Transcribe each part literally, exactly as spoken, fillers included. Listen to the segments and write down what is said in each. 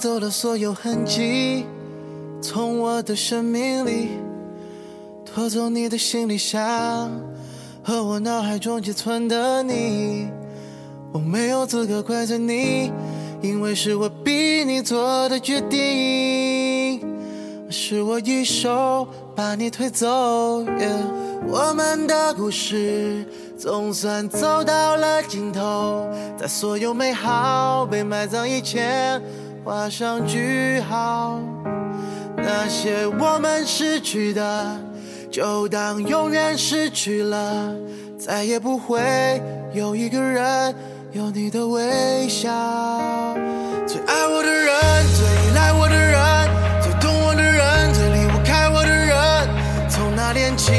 走了所有痕迹，从我的生命里拖走你的行李箱和我脑海中寄存的你。我没有资格怪罪你，因为是我逼你做的决定，是我一手把你推走、yeah、我们的故事总算走到了尽头，在所有美好被埋葬以前画上句号。那些我们失去的就当永远失去了，再也不会有一个人有你的微笑。最爱我的人，最依赖我的人，最懂我的人，最离不开我的人，从那天起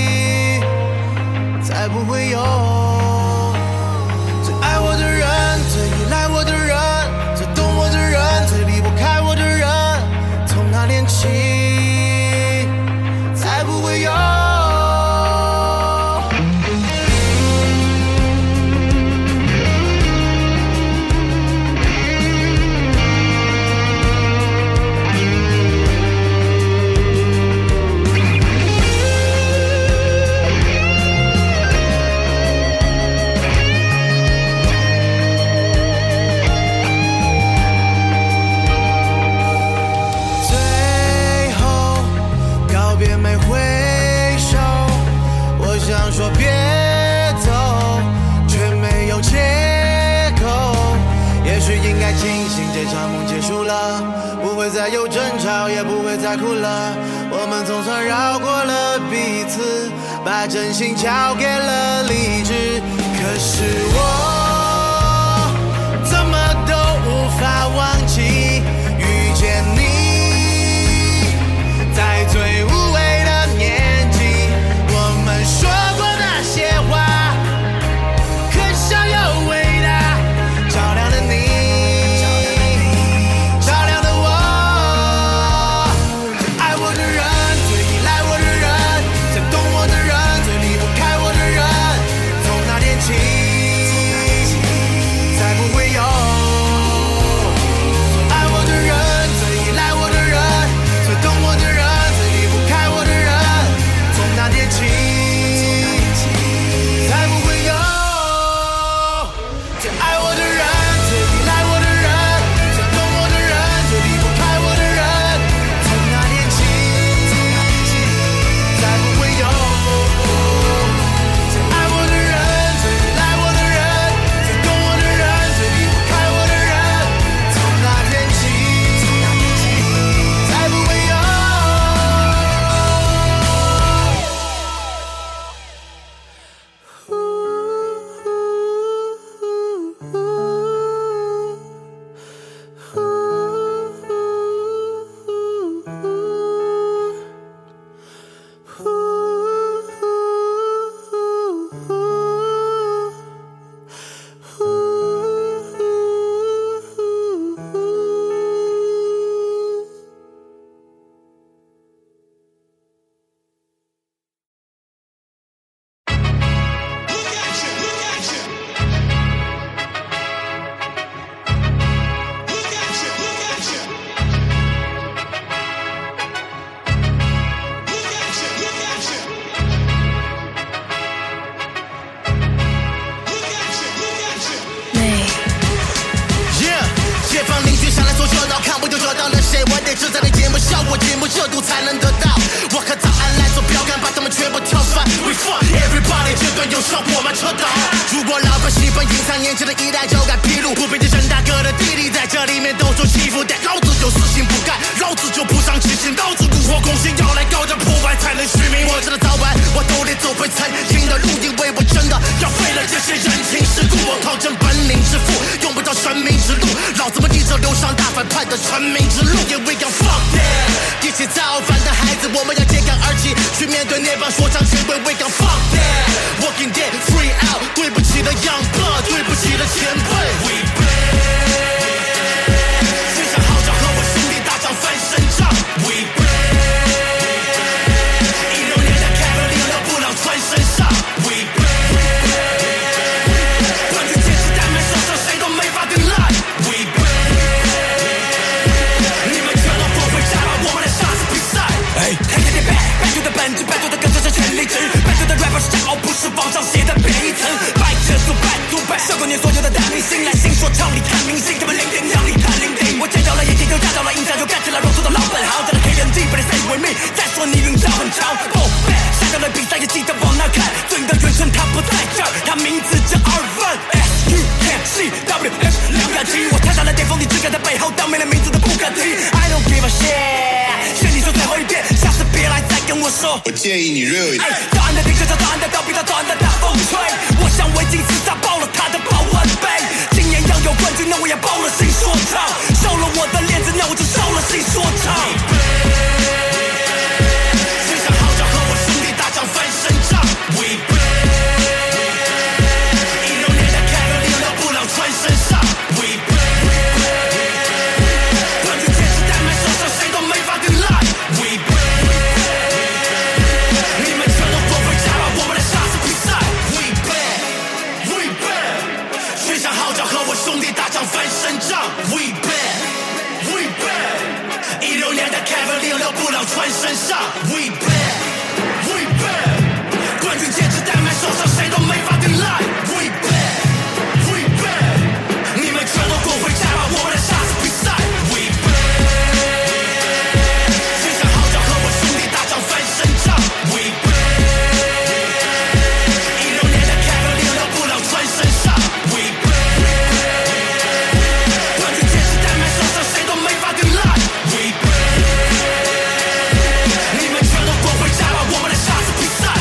再不会有。最爱我的人，最依赖我的人，最懂我的人，最离不开我的人，从那天起再不会有。说别走，却没有借口。也许应该庆幸这场梦结束了，不会再有争吵，也不会再哭了。我们总算绕过了彼此，把真心交给了理智。可是我怎么都无法忘记遇见你，在最无畏的年纪，我们说过那些话，可笑又伟大，照亮了你，照亮了我。最爱我的人，最依赖我的人，最懂我的人，最离不开我的人，从那天起再不会有。最爱我的人，最依赖我的人，最懂我的人，最离不开我的人，从那天起才不会有。最爱我的人，最依赖我的人，最懂我的人，最离不开我的人，从那天起才不会有。最爱我的人，最依赖我的人，最懂我的人，最离不开我的人，从那天起才不会有。 冠军戒指戴满手上，谁都没法顶烂。We 说我建议你热一点。 答案的停车场，答案的倒闭，他答案的大风吹。我想为金字塔爆了他的保温杯。今年要有冠军，那我也爆了新说唱。收了我的链子，那我就收了新说唱。谁想号召和我兄弟打仗翻身仗 ？We bang。一六年的 Cavalier 的布朗穿身上 ，We bang。冠军戒指戴满手上，谁都没法顶赖 ，We bang。你们全都滚回家吧，我们来杀死比赛 ，We bang，We bang。谁想号召和我兄弟打仗翻身仗 ，We bang，We bang。一六年的 Cavalier 的布朗穿身上 ，We bang，We bang。冠军戒指戴满手上，谁都没法顶赖 ，We bang，We bang。你们全都滚回家吧，我们来杀死比赛 ，We bang。谁想号召和我兄弟打仗翻身仗 ，We bang。一六年的 Cavalier 的布朗穿身上 ，We bang。冠军戒指戴满手上，谁都没法顶赖 ，We bang。你们全都滚回家吧，我们来杀死比赛。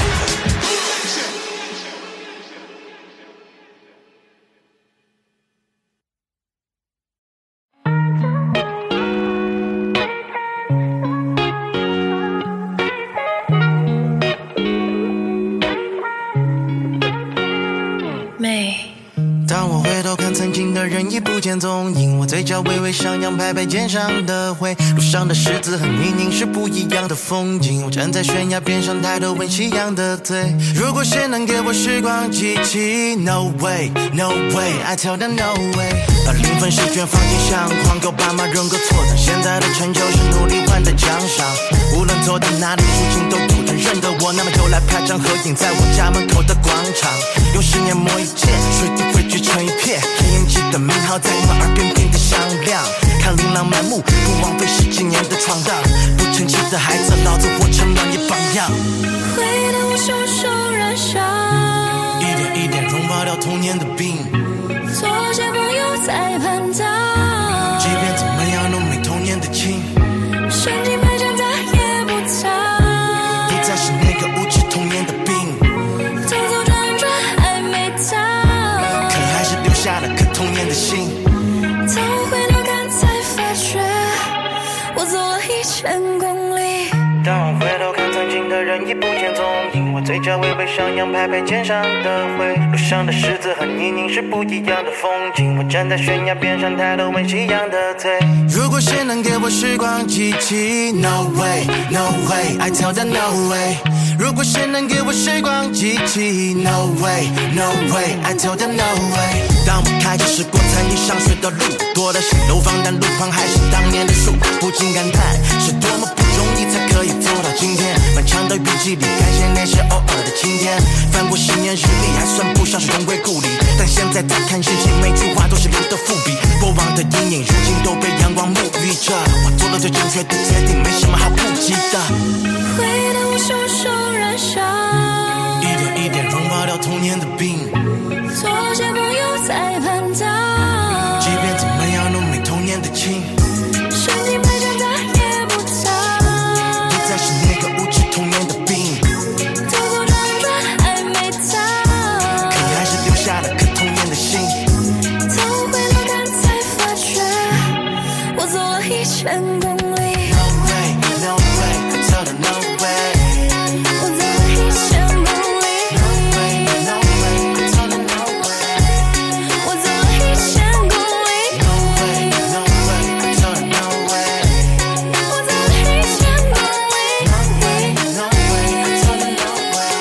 当我回头看曾经的人已不见踪影，我嘴角微微上扬，拍拍肩上的灰，路上的石子和泥泞是不一样的风景。我站在悬崖边上，抬头问夕阳的嘴，如果谁能给我时光机器 No way, no way, I tell them no way。 把灵魂试卷放进相框，给我爸妈扔个错的，现在的成就是努力换的奖赏。无论走到哪里，抒情都有人认得我，那么就来拍张合影，在我家门口的广场，用十年磨一剑，水滴汇聚成一片，黑烟机的名号在我耳边变得响亮。看琳琅满目，不枉费十几年的闯荡，不成器的孩子，老子活成亮眼榜样。 回到我手手燃烧， 一点一点融化掉童年的病， 做些朋友在叛逃， 即便怎么样都没童年的轻， 身经百战再也不逃， 不再是那个无知童年的病， 走走转转还没到， 可还是留下了颗童年的心。 头回头看才发觉，我走了一千公里。 当我回头看曾经的人已不见踪影，我嘴角微微上扬，拍拍肩上的灰，路上的石子和泥泞是不一样的风景。我站在悬崖边上，抬头问夕阳的嘴，如果谁能给我时光机器 No way, no way, I tell them no way。 如果谁能给我时光机器 No way, no way, I tell them no way。 当我开始驶过曾经上学的路，多的是楼房，但路旁还是当年的树，不禁感叹是多么不容易才可以走到今天。漫长的雨季里，感谢那些偶尔的晴天。翻过十年日历，还算不上是荣归故里，但现在再看日记，每句话都是留的伏笔。过往的阴影，如今都被阳光沐浴着。我做了最正确的决定，没什么好顾忌的。 回到我手手燃烧， 一点一点融化掉童年的病， 做些朋友在叛逃， 即便怎么样都没童年的轻， 身经百战再也不逃， 不再是那个无知童年的病， 走走转转还没到， 可还是留下了颗童年的心。 头回头看才发觉，我走了一千公里。 No way, no way, I tell them no way。 我走了一千公里。 No way, no way, I tell them no way。 我走了一千公里。 No way, no way, I tell them no way。 我走了一千公里。 No way, no way, I tell them no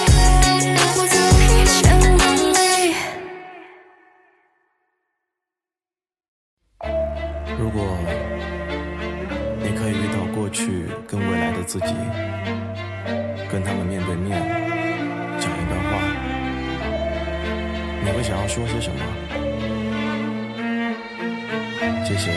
way。 我走了一千公里。 如果你可以遇到过去跟未来的自己，跟他们面对面讲一段话，你会想要说些什么？这些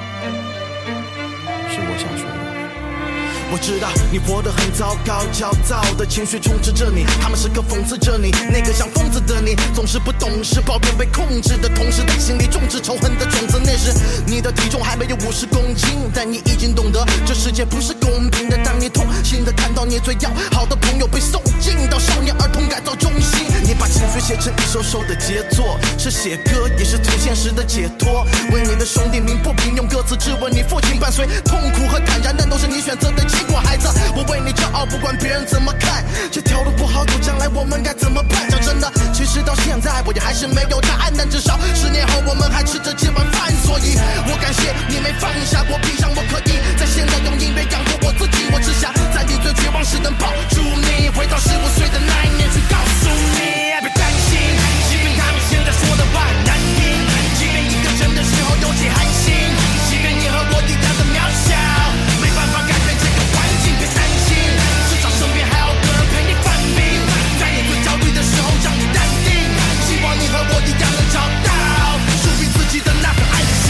是我想说的。 我知道你活得很糟糕，焦躁的情绪充斥着你，他们时刻讽刺着你。那个像疯子的你，总是不懂事，抱怨被控制的同时，在心里种植仇恨的种子。那时你的体重还没有五十公斤，但你已经懂得这世界不是公平的。当你痛心心的看到你最要好的朋友被送进到少年儿童改造中心。你把情绪写成一首首的杰作，是写歌也是从现实的解脱。为你的兄弟鸣不平，用歌词质问你父亲，伴随痛苦和坦然，但都是你选择的结果。孩子，我为你骄傲，不管别人怎么看，这条路不好走，将来我们该怎么办？讲真的，其实到现在我也还是没有答案，但至少十年后我们还吃着这碗饭。所以我感谢你没放下过皮，让我可以在现在用音乐养活我自己。我只想在你最绝望时能抱住你，回到十五岁的那一年去告诉你，别担心，即便他们现在说的话很难听，即便一个人的时候有些寒心，即便你和我一样的渺小，没办法改变这个环境。别担心，至少身边还有个人陪你犯病，在你最焦虑的时候让你淡定，希望你和我一样能找到属于自己的那份安心。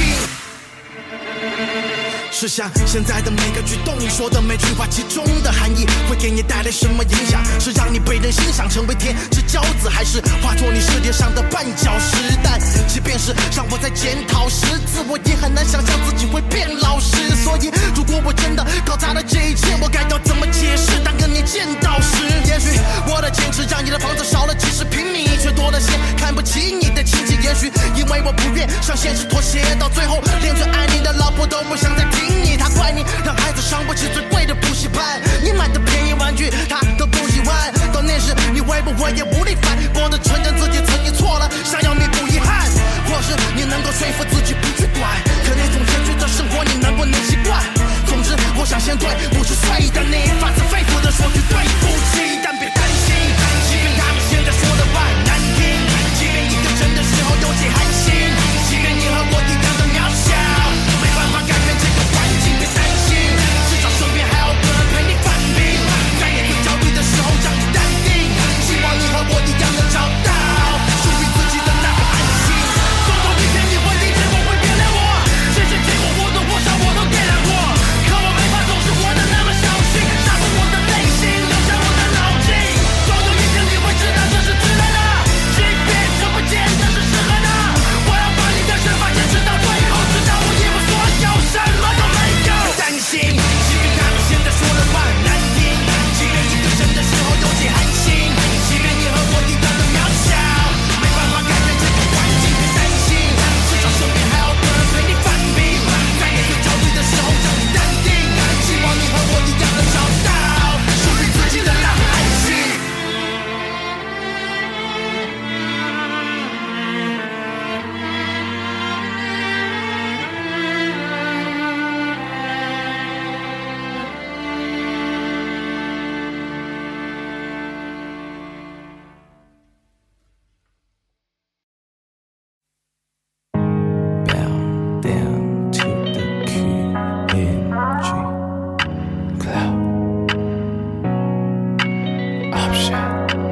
试想现在的每个举动，你说的每句话，其中的含义会给你带来什么影响？是让你被人欣赏成为天之骄子，还是化作你世界上的绊脚石？但即便是让我在检讨十次，我也很难想象自己会变老实。所以如果我真的搞砸了这一切，我该要怎么解释？当跟你见到时，也许我的坚持让你的房子少了几十平米，却多了些看不起你的亲戚。也许因为我不愿向现实妥协，到最后连最爱你的老婆都不想再听你。他怪你让孩子上不起最贵的补习班，你买的便宜玩具他都不喜欢。到那时你会不会也无力反驳的承认自己曾经错了，想要弥补遗憾？或是你能够说服自己不去管，可那种拮据的生活你能不能习惯？总之我想先对五十岁的你发自肺腑的说句对不起，但别担心，即便他们现在说的话很难听，即便一个人的时候有些寒心，即便你和我一样的渺小，没办法改变这个环境。别担心，至少身边还有个人陪你犯病，在你最焦虑的时候让你淡定，希望你和我一样能找到属于自己的那个安心。总有一天你会理解我，会原谅我，这些结果或多或少我都掂量过，可我没法总是活得那么小心，杀死我的内心，留下我的脑筋。总有一天你会知道这是值得的，即便这不见得是适合的，我要把你的想法坚持到最后，直到我一无所有，什么都没有。别担心，即便他们现在说的话很难听，即便一个人的时候有些寒心，即便你和我一样的渺小，没办法改变这个环境。别担心，至少身边还有个人陪你犯病，在你最焦虑的时候让你淡定，希望你和我一样能找到属于自己的那份安心。 Bow down to the key in G cloud option。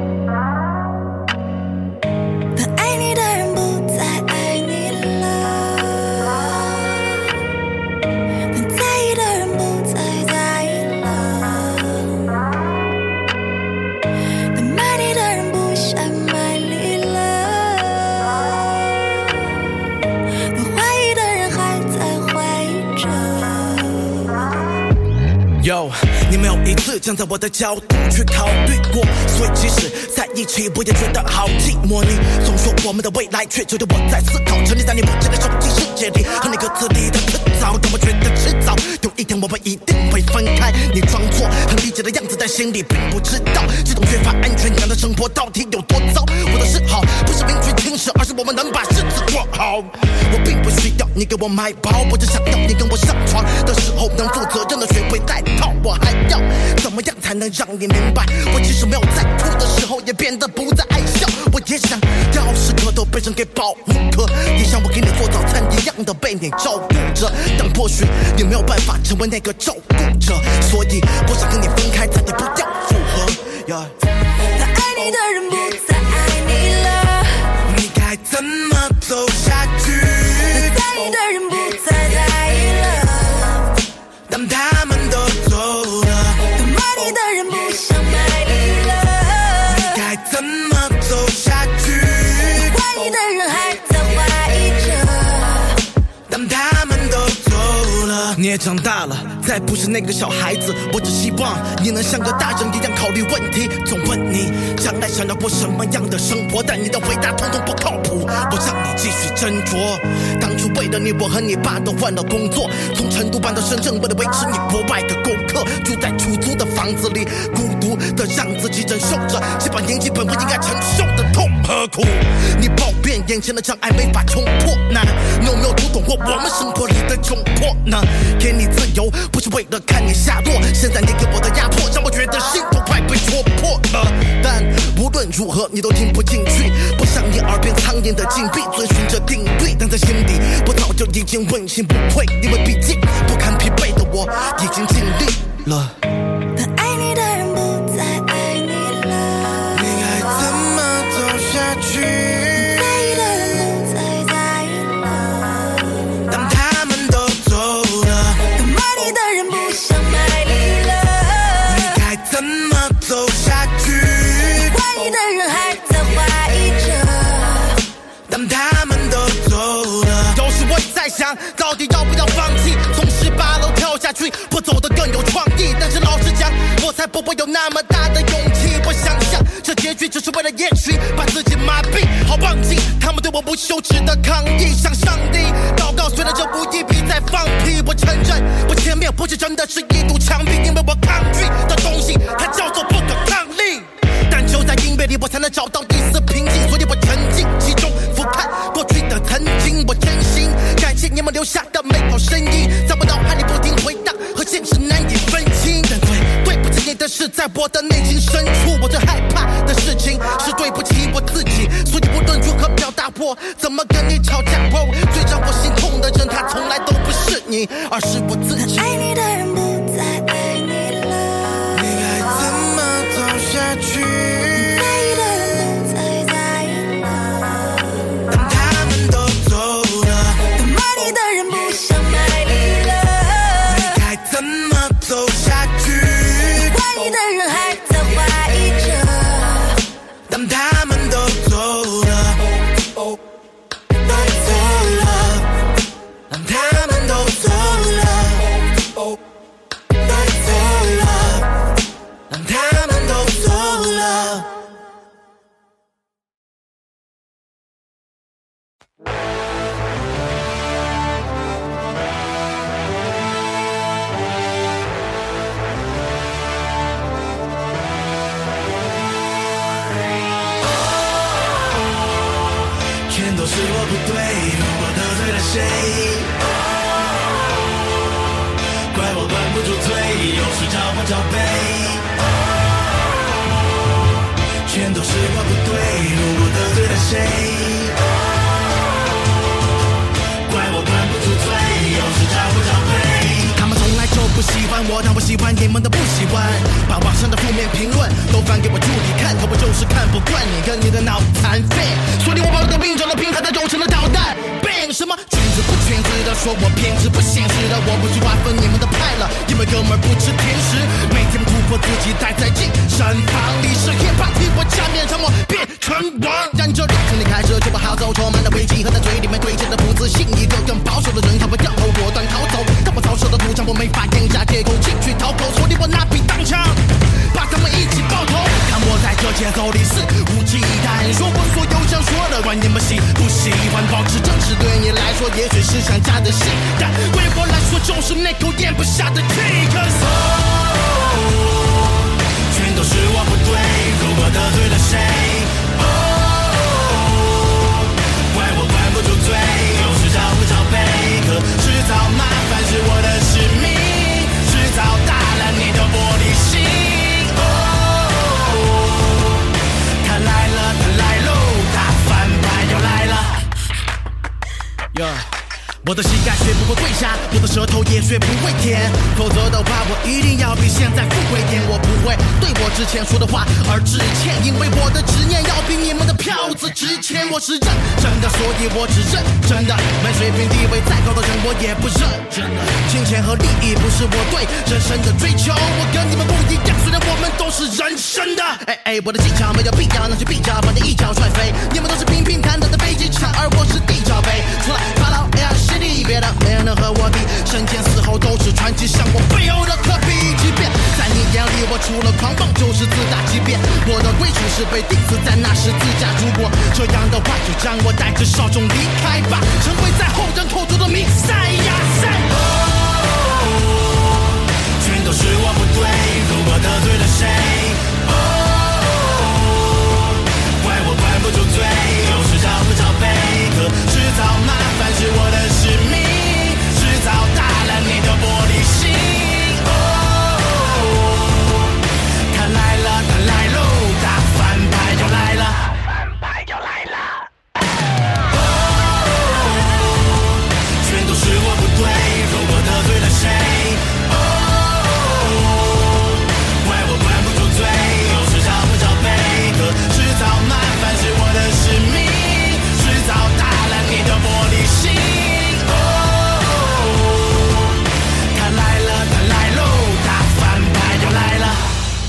本爱你的人不再爱你了，本在意的人不再在意了，本买你的人不想买你了，本怀疑的人还在怀疑着。 Yo， 你没有一次站在我的角度去考虑过，所以即使在一起我也觉得好寂寞。你总说我们的未来，却觉得我在思考，沉溺在你不见的手机世界里，和你歌词里的词藻，但我觉得迟早有一天我们一定会分开。你装作很理解的样子，但心里并不知道这种缺乏安全感的生活到底有多糟。我的嗜好不是名垂青史，而是我们能把日子过好。我并不需要你给我买包，我只想要你跟我上床的时候能负责任的学会戴套。我还要怎么样才能让你明白，我即使没有在哭的时候也变得不再爱笑。我也想要时刻都被人给保护，可也像我给你做早餐一样的被你照顾着，但或许你没有办法成为那个照顾者，所以我想跟你分开，再也不要复合。Yeah. 他爱你的人不再爱你了， 你该怎么走下去？ 他在意的人不再在意了， 当他们都走了， 他买你的人不想买你了， 你该怎么走下去？ 怀疑的人还在怀疑着， 当他们都走了，你也长大了， 再不是那个小孩子，我只希望你能像个大人一样考虑问题。总问你将来想要过什么样的生活，但你的回答统统不靠谱，我让你继续斟酌。当初为了你，我和你爸都换了工作，从成都搬到深圳，为了维持你国外的功课，住在出租的房子里，孤独的让自己忍受着这把年纪本不应该承受的痛和苦。你抱怨眼前的障碍没法冲破，那你有没有读懂过我们生活里的窘迫呢？给你自由不是为了看你下落，现在你给我的压迫让我觉得心都快被戳破了。但无论如何你都听不进去，不像你耳边苍蝇的禁闭，遵循着定律，但在心底我早就已经问心无愧，因为毕竟不堪疲惫的我已经尽力了。 但爱你的人不再爱你了， 你该怎么走下去？ 在意的人不再在意了， 当他们都走了， 当爱你的人不想爱你了， 你该怎么走下去？ 怀疑的人还在怀疑着， 当他们都走了， 有时我在想到底要不要放弃，从十八楼跳下去或走得更有创意，但是老实讲我才不会有那么大的勇气。我想想这结局只是为了延续，把自己麻痹，好忘记他们对我无休止的抗议。向上帝祷告，虽然这无意比在放屁，我承认我前面不是真的是一堵墙壁，因为我抗拒的东西它叫做不可抗力。但就在音乐里我才能找到一丝平静，所以我沉浸其中，俯瞰过去的曾经。我真心感谢你们留下的美好声音，在我脑海里不停回荡，和现实难以分清。但最对不起你的是，在我的内心深处，我最害怕的事情是对不起我自己。所以无论如何表达，我怎么跟你吵架，哦，最让我心痛的人，他从来都不是你，而是我自己。 爱你的人不再爱你了， 你该怎么走下去？ 在意的人不再在意了， 当他们都走了， 当爱你的人不想爱你了， 你该怎么走下去？ 怀疑的人还在怀疑着， 当他们都走了，都走了，当他们都走了，都走了，当他们都走了。全都是我不对，我得罪了谁？怪我管不住嘴，有时找不着北。全都是我不对，我得罪了谁？怪我管不住嘴，有时找不着北。 他们从来就不喜欢我，但我喜欢你们的不喜欢，把网上的负面评论都翻给我助理看，可我就是看不惯你跟你的脑残废，所以我把我的病转了病，还在用成了导弹病。什么君子不君子的，说我偏执不现实的，我不去划分你们的派了，因为哥们儿不吃甜食，每天突破自己，待在精神房里，是 hiphop 替我加冕，让我变成王。让这里从你开始就不好走，充满了危机和在嘴里面堆积的不自信，一个更保守的人他会掉头果断逃走，但我遭受的土墙我没法咽下，借口进去逃走，所以我拿笔当枪，把他们一起爆头。看我在这节奏里肆无忌惮，说我所有想说的，管你们喜不喜欢，保持正直对你来说也许是想加的戏，但对我来说就是那口咽不下的气。Cause oh, 全都是我不对，如果得罪了谁，哦、oh, 怪我管不住嘴，有时找不着北，可制造麻烦是我的使命，制造大烂你的玻璃心。哦、oh, 他来了，他来喽，大反派又来了。Yeah.我的膝盖学不会跪下，我的舌头也学不会舔，否则的话我一定要比现在富贵点。我不会对我之前说的话而致歉，因为我的执念要比你们的票子值钱。我是认真的，所以我只认真的，没水平地位再高的人我也不认真的。金钱和利益不是我对人生的追求，我跟你们不一样，虽然我们都是人生的。哎哎，我的技巧没有必要，那些必要把你一脚踹飞。你们都是平平坦坦的飞机场，而我是地罩杯，出来发牢 L C。别的没人能和我比，生前死后都是传传奇像我背后的科比即便在你眼里我除了狂妄就是自大，即便我的归属是被钉死在那十字架，如果这样的话就让我带着少众离开吧，成为在后人口中的弥赛亚。 全都是我不对，如果得罪了谁，哦，怪我管不住嘴，有时找不着北，可制造麻烦是我的使命，制造大烂你的玻璃心。哦，他来了，他来喽，大反派又来了，反派又来了。哦，全都是我不对，如果得罪了谁，哦。制造麻烦是我的使命，制造大烂你的玻璃心。哦，他来了，他来喽，大反派又来了。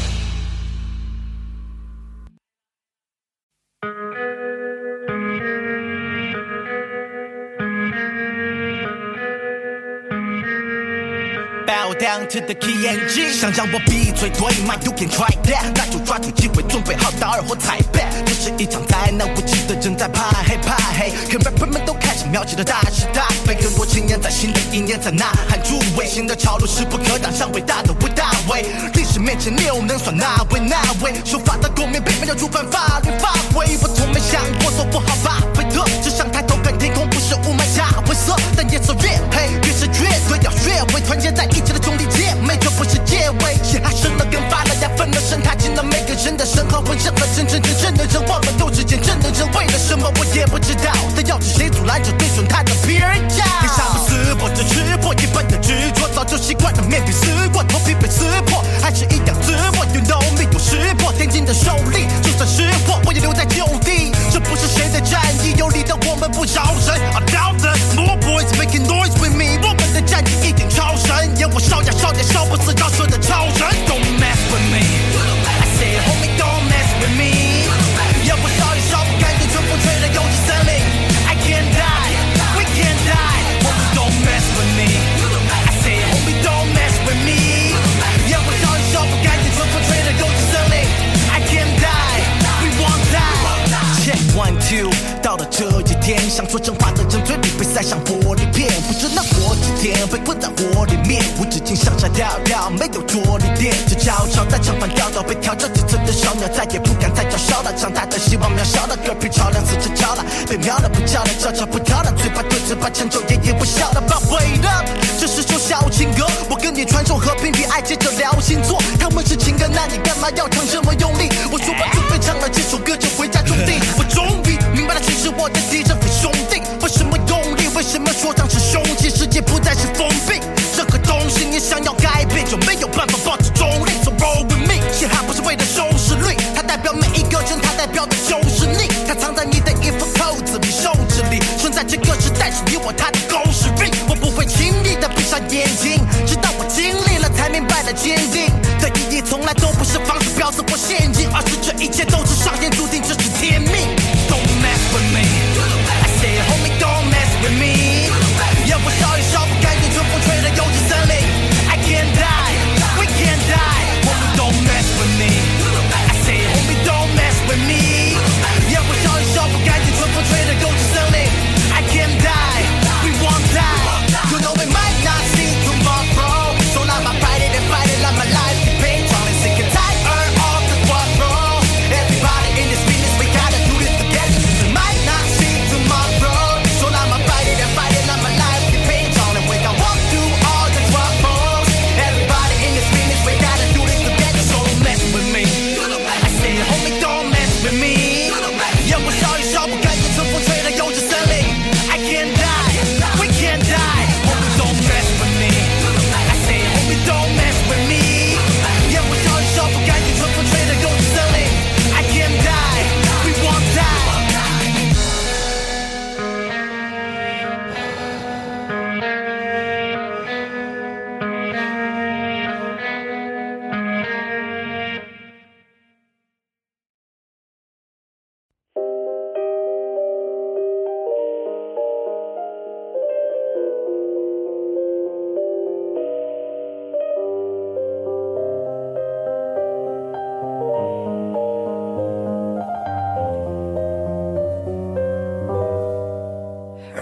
Bow down to the key and G， 想让我闭嘴对吗 ？You can try that， 那就抓住机会，准备好打二或踩背。这是一场灾难，无知的人在怕黑怕黑，看 rapper 们都开始描起了大是大非，更多青年在新的一年在呐喊助威，新的潮流势不可挡，像伟大的魏大伟。历史面前，你又能算哪位哪位？守法的公民并没有触犯法律法规，我从没想过做不好巴菲特，只想抬头看天空，不是雾霾下灰色，但夜色越黑越是绝对，要学会团结在一起的兄弟姐妹，这不是结尾。血汗生了根发了芽，分了身，踏进了每个人的身后，混上了真真正正的人，我们都是见证的人，为了什么我也不知道，但要是谁阻拦着对准他的评价，天下不撕破这吃破一般的执着，早就习惯了面皮撕过，头皮被撕破，还是一样自我。You know me， 有识破天津的首领，就算识破我也留在旧地，这不是谁的战役，有理的我们不饶人。I doubt that more boys making noise with me， 我们的战绩一定超神，演我烧呀烧呀烧不死饶舌的超人。Don't mess with me， I say homie don't mess with me， 要我烧也烧不干净，春风吹的油脂森林。I can't die， we can't die， homie don't mess with me， I say homie don't mess with me， 要我烧也烧不干净，春风吹的油脂森林。I can't die， we won't die。Check one two， 到了这一天，想说真话的人嘴里被塞上玻璃片，不知能活几天，被困在火里面，无止境上下跳跳，没有着力点，只悄悄在长反调调，被挑着几次的小鸟，再也不敢再叫嚣了，长大的希望渺小了，嗝屁超量，四肢翘了，被瞄了不叫了，照照不跳了，嘴巴对着把成就爷爷不笑了。But wait up， 这是首小情歌，我跟你传授和平，比爱接着聊星座，他们是情歌，那你干嘛要唱这么用力？我说我准备唱了这首歌就回家种地，我终于明白了，其实我的敌人非兄弟，为什么用力？为什么说唱是凶器？世界不再是封闭，任何东西你想要改变，就没有办法保持中立。So roll with me， 嘻哈不是为了收视率，它代表每一个人，它代表的就是你，它藏在你的衣服扣子里、袖子里，存在这个时代是你我他的狗屎运。我不会轻易的闭上眼睛，直到我经历了才明白了坚定的意义，从来都不是方式、标志或陷阱，而是这一切都是上天注定，这是天命。Don't mess with me， I say homie don't mess with me， 要我烧也烧不干净，春风吹的油脂森林。I can't die， we can't die， homie don't mess with me， I say homie don't mess with me， 要我烧也烧不干净，春风吹的油脂森林。I can't die， we won't die，you know we might not see tomorrow， so let my fight it and fight it, let my life be pain， trying to sick and tired of the quadro。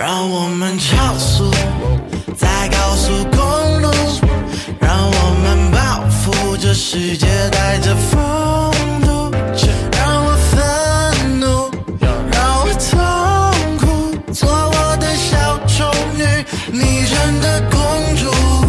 让我们超速在高速公路，让我们报复这世界带着风度，让我愤怒，让我痛苦，做我的小丑女，迷人的公主。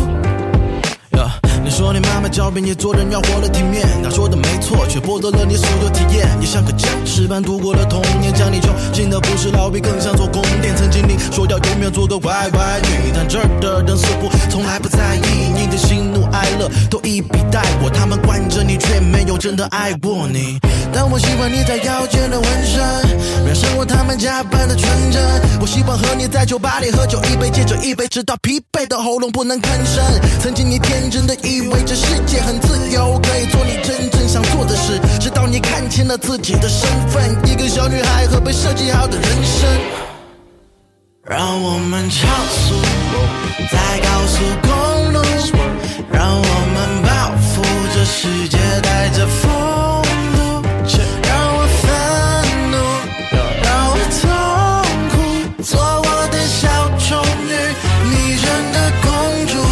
你说你妈妈教给你做人要活得体面，她说的没错，却剥夺了你所有体验。你像个僵尸般度过了童年，将你囚禁的不是牢狱，更像做宫殿。曾经你说要永远做个乖乖女，但这儿的人似乎从来不在意你的喜怒哀乐，都一笔带过。他们惯着你，却没有真的爱过你。但我喜欢你在腰间的纹身，燃烧过他们家般的纯真。我希望和你在酒吧里喝酒，一杯接着一杯，直到疲惫的喉咙不能吭声。曾经你天真的以为这世界很自由，可以做你真正想做的事，直到你看清了自己的身份，一个小女孩和被设计好的人生。让我们超速在高速公路，让我们报复这世界带着风度，让我愤怒，让我痛苦，做我的小丑女，迷人的公主。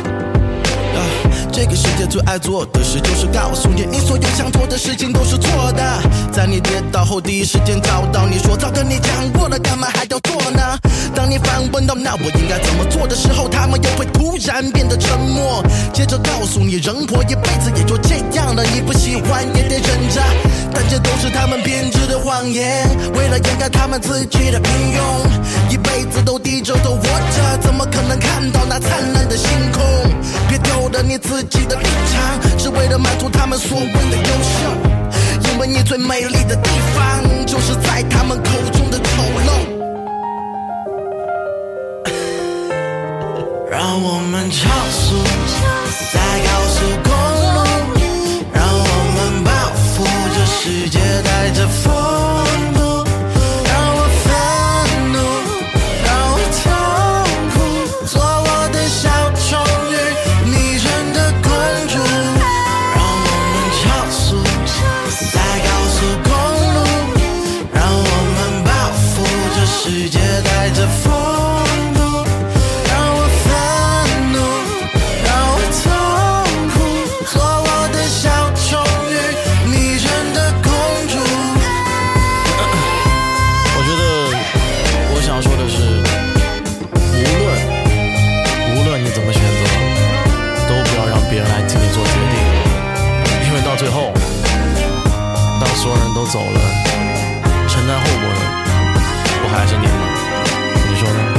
这个世界最爱做的事就是告诉你，你所有想做的事情都是错的。在你跌倒后第一时间找到你，说早跟你讲过了，干嘛还要做呢？当你反问到那我应该怎么做的时候，他们又会突然变得沉默，接着告诉你人活一辈子也就这样了，你不喜欢也得忍着。但这都是他们编织的谎言，为了掩盖他们自己的平庸，一辈子都低着头活着，怎么可能看到那灿烂的星空？别丢了你自己的立场，是为了满足他们所谓的优秀，因为你最美丽的地方就是在他们口中的丑陋。让我们超速在高速公路，让我们报复这世界带着风度，让我愤怒，让我痛苦，做我的小丑女，迷人的公主。让我们超速在高速公路，让我们报复这世界带着风度， 最后当所有人都走了，承担后果的不还是你吗？你说呢？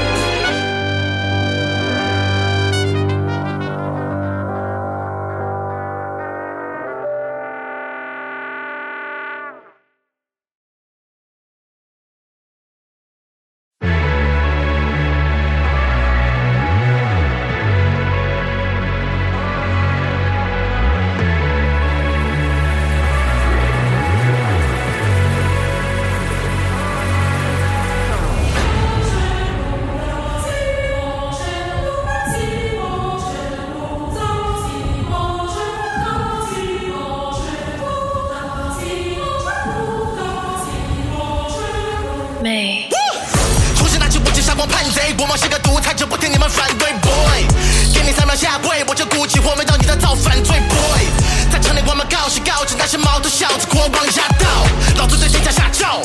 出现那起无尽杀光叛贼，我们是个独裁者，不听你们反对 boy， 给你三秒下跪，我就鼓起火没到你的造反罪 boy， 在城里我们告是告知那些毛头小子国王驾到，老子对天下下诏，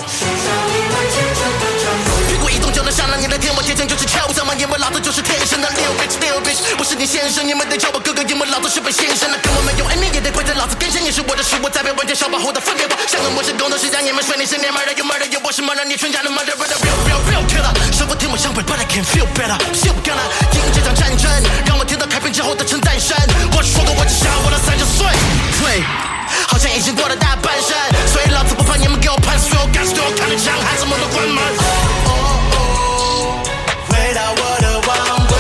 屁股一动就能上了你的天，我天生就是翘怎么因为老子就是天生的六 bitch 六 bitch， 我是你先生，你们得叫我哥哥，因为老子是本先生的，跟我没有 enemy 也得跪在老子跟前，你是我的食物，在被完全消保后的分给我，像个模式工作是让你们说你是年 murder you murder you， 我是 murder 你全家的 murder murder real real real killer， 生活听我相悖 but I can't feel better， 是不干了赢这场战争，让我听到开篇之后的称赞声，我说过我只想活到三十岁，对，好像已经过了大半生，所以老子不怕你们给我判，所有干事对我开了枪，孩子们都关门。哦哦，回到我的王位，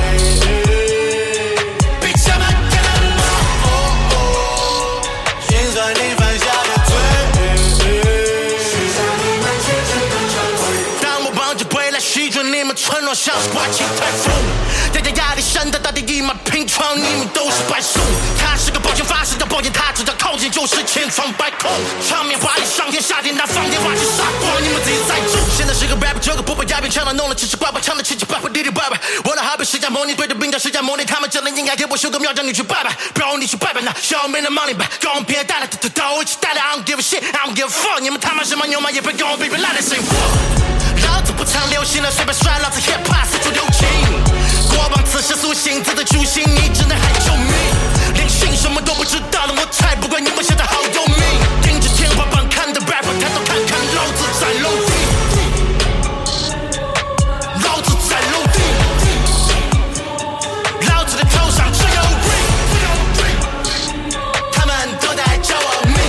别想把看到我。哦哦，心酸你犯下的罪。当我望着未来席卷你们村落，像是刮起台风，大家压力山的大地一马平川，你们都是白送。他是个抱歉发誓要抱歉，他只要靠近就是千疮百孔。场面华丽上天下天，拿放电话去杀光你们自己在种。现在是个 rapper， 这个不被鸦片枪的弄了七七八八，枪的七七八八滴滴拜拜。我的好比释迦牟尼，对着兵叫释迦牟尼，他们真的应该给我修个庙，叫你去拜拜。bro 你去拜拜那小妹的 money 吧，跟我别带了，都都一起带了。I don't give a shit, I don't give a fuck， 你们他妈什么牛马也别跟我比比烂的幸福。老子不唱流行了，随便甩，老子 hip hop 四处留情。国王此时苏醒，自的诛心，你只能喊救命。连姓什么都不知道的，我才不管你们现在好有名。盯着天花板看的 rapper， 抬头看看，老子在楼顶，老子在楼顶，老子的头上只有 ring， 他们都在叫我命。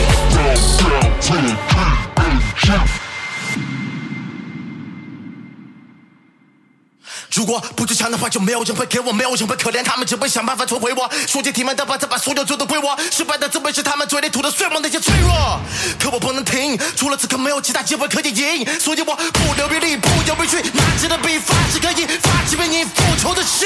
如果不去抢的话，就没有人会给我，没有人会可怜他们，只会想办法摧毁我。书记提们的把再把所有罪都归我，失败的滋味是他们嘴里吐的碎梦那些脆弱。可我不能停，除了此刻没有其他机会可以赢，所以我不留余力，不犹豫去拿起了笔，发起可以发起为你复仇的心。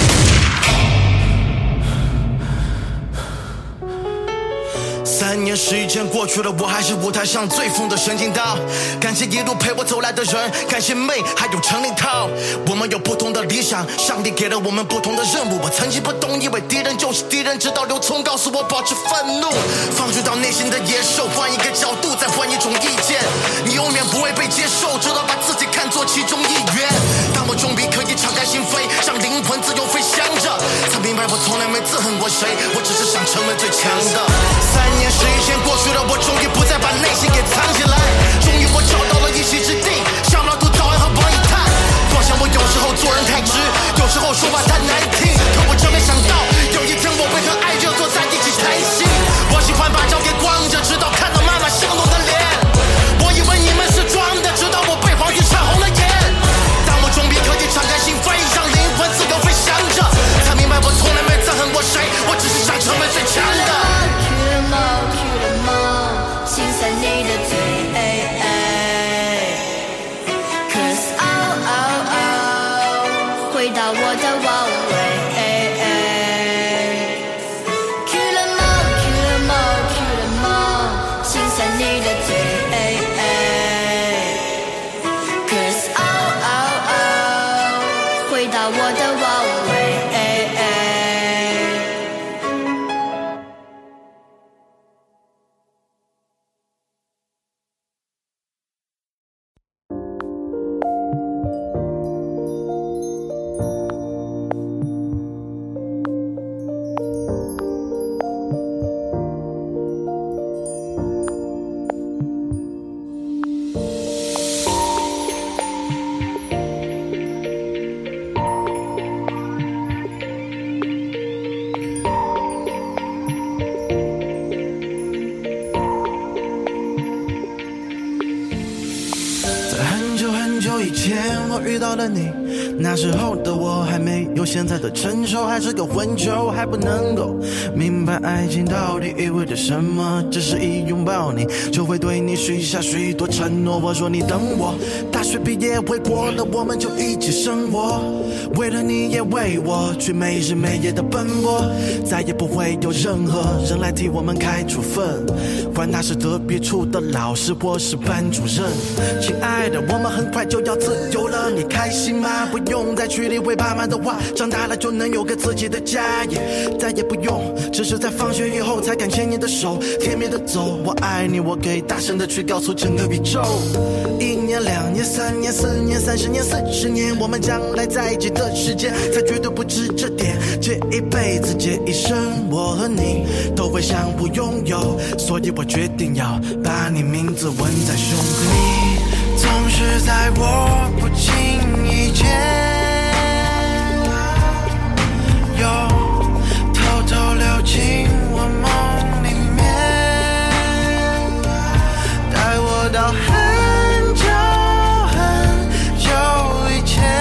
三年时间过去了，我还是舞台上最疯的神经刀。感谢一路陪我走来的人，感谢妹还有陈立涛。我们有不同的理想，上帝给了我们不同的任务。我曾经不懂，以为敌人就是敌人，直到刘聪告诉我保持愤怒，放逐到内心的野兽，换一个角度，再换一种意见。你永远不会被接受，直到把自己看作其中一员。当我终于可以敞开心扉，让灵魂自由飞翔着，才明白我从来没憎恨过谁，我只是想成为最强的。三年时间过去了，我终于不再把内心给藏起来，终于我找到了一席之地，像老土早安和王一泰。我想我有时候做人太直，有时候说话太难听，可我真没想到有一天我会和爱热坐在一起谈心。我喜欢把照片光着，直到看到妈妈笑容的脸。我以为你们是装的，直到我被黄玉唱红了眼。当我终于可以敞开心扉，让灵魂自由飞翔着，才明白我从来没憎恨过谁，我只是想成为最强的。心散你的嘴 Cause oh oh oh 回到我的王位 Cue le mot Cue le mot Cue le mot 心散你的嘴 Cause oh oh oh 回到我的王位遇到了你，那时候的我还没有现在的成熟，还是个混球，还不能够明白爱情到底意味着什么。只是一拥抱你就会对你许下许多承诺，我说你等我，大学毕业回国了，我们就一起生活，为了你也为我去没日没夜的奔波，再也不会有任何人来替我们开处分，管他是得别处的老师或是班主任。亲爱的，我们很快就要自由了，你开心吗？不用再去理会爸妈的话，长大了就能有个自己的家，也再也不用只是在放学以后才敢牵你的手，甜蜜的走，我爱你，我可以大声的去告诉整个宇宙。一年两年三年四年三十年四十年，我们将来在一起的时间才绝对不止这点，这一辈子这一生我和你都会相互拥有，所以我决定要把你名字纹在胸口。你总是在我不经意间又偷偷溜进我梦里面，带我到很久很久以前，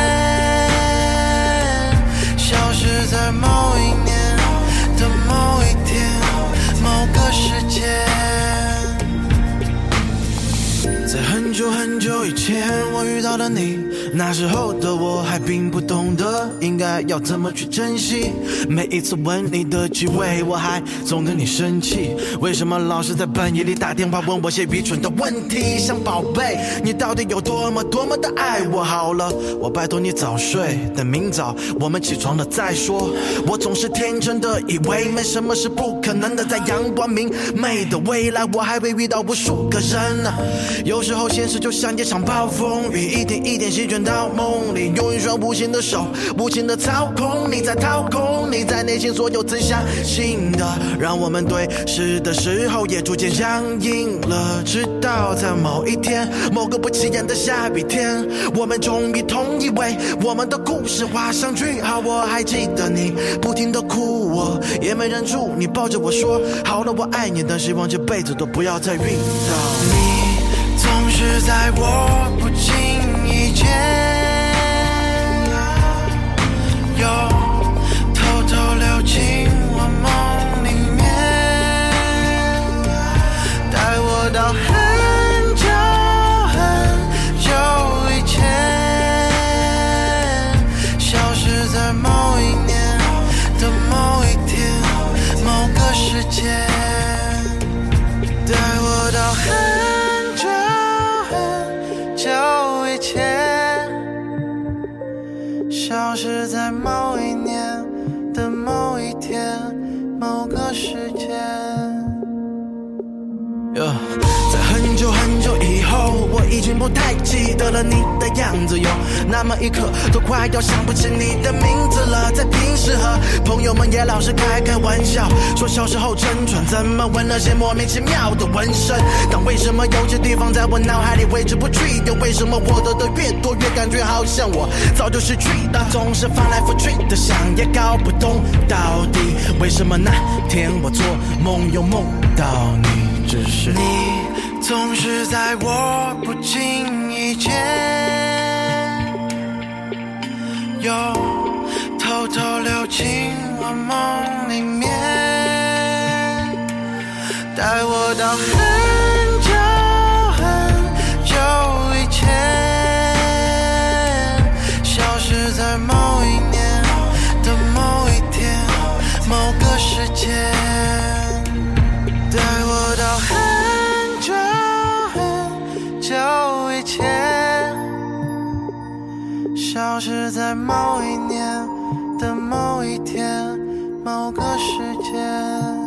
消失在某一年的某一天某个时间。在很久很久以前我遇到了你， 那时候的我还并不懂得应该要怎么去珍惜每一次吻你的机会，我还总跟你生气，为什么老是在半夜里打电话问我些愚蠢的问题？想宝贝，你到底有多么多么的爱我？好了，我拜托你早睡，等明早我们起床了再说。我总是天真的以为没什么是不可能的，在阳光明媚的未来，我还会遇到无数个人呢。有时候现实就像一场暴风雨，一点一点席卷到梦里，用一双无形的手无情的操控，你在掏空你在内心所有曾相信的，让我们对视的时候也逐渐相应了。直到在某一天，某个不起眼的下雨天，我们终于同意为我们的故事画上句号。我还记得你不停的哭，我也没忍住，你抱着我说好了我爱你，但希望这辈子都不要再遇到你。 总是在我不经意间又偷偷溜进我梦里面，带我到很久很久以前，消失在某一年的某一天某个时间，带我到很久很久以前，消失在某一年的某一天某个时间。 Yeah, 在很久很久以后，我已经不太记得了你的样子，有那么一刻都快要想不起你的名字了。在平时和朋友们也老是开开玩笑，说小时候真蠢，怎么纹那些莫名其妙的纹身。但为什么有些地方在我脑海里挥之不去，又为什么获得的越多越感觉好像我早就失去了，总是翻来覆去的想，也搞不懂到底为什么那天我做梦又梦到你。只是你总是在我不经意间又偷偷溜进我梦里面，带我到很久很久以前，消失在某一年的某一天某个时间，带我到很久很久以前，消失在某一年的某一天某个时间。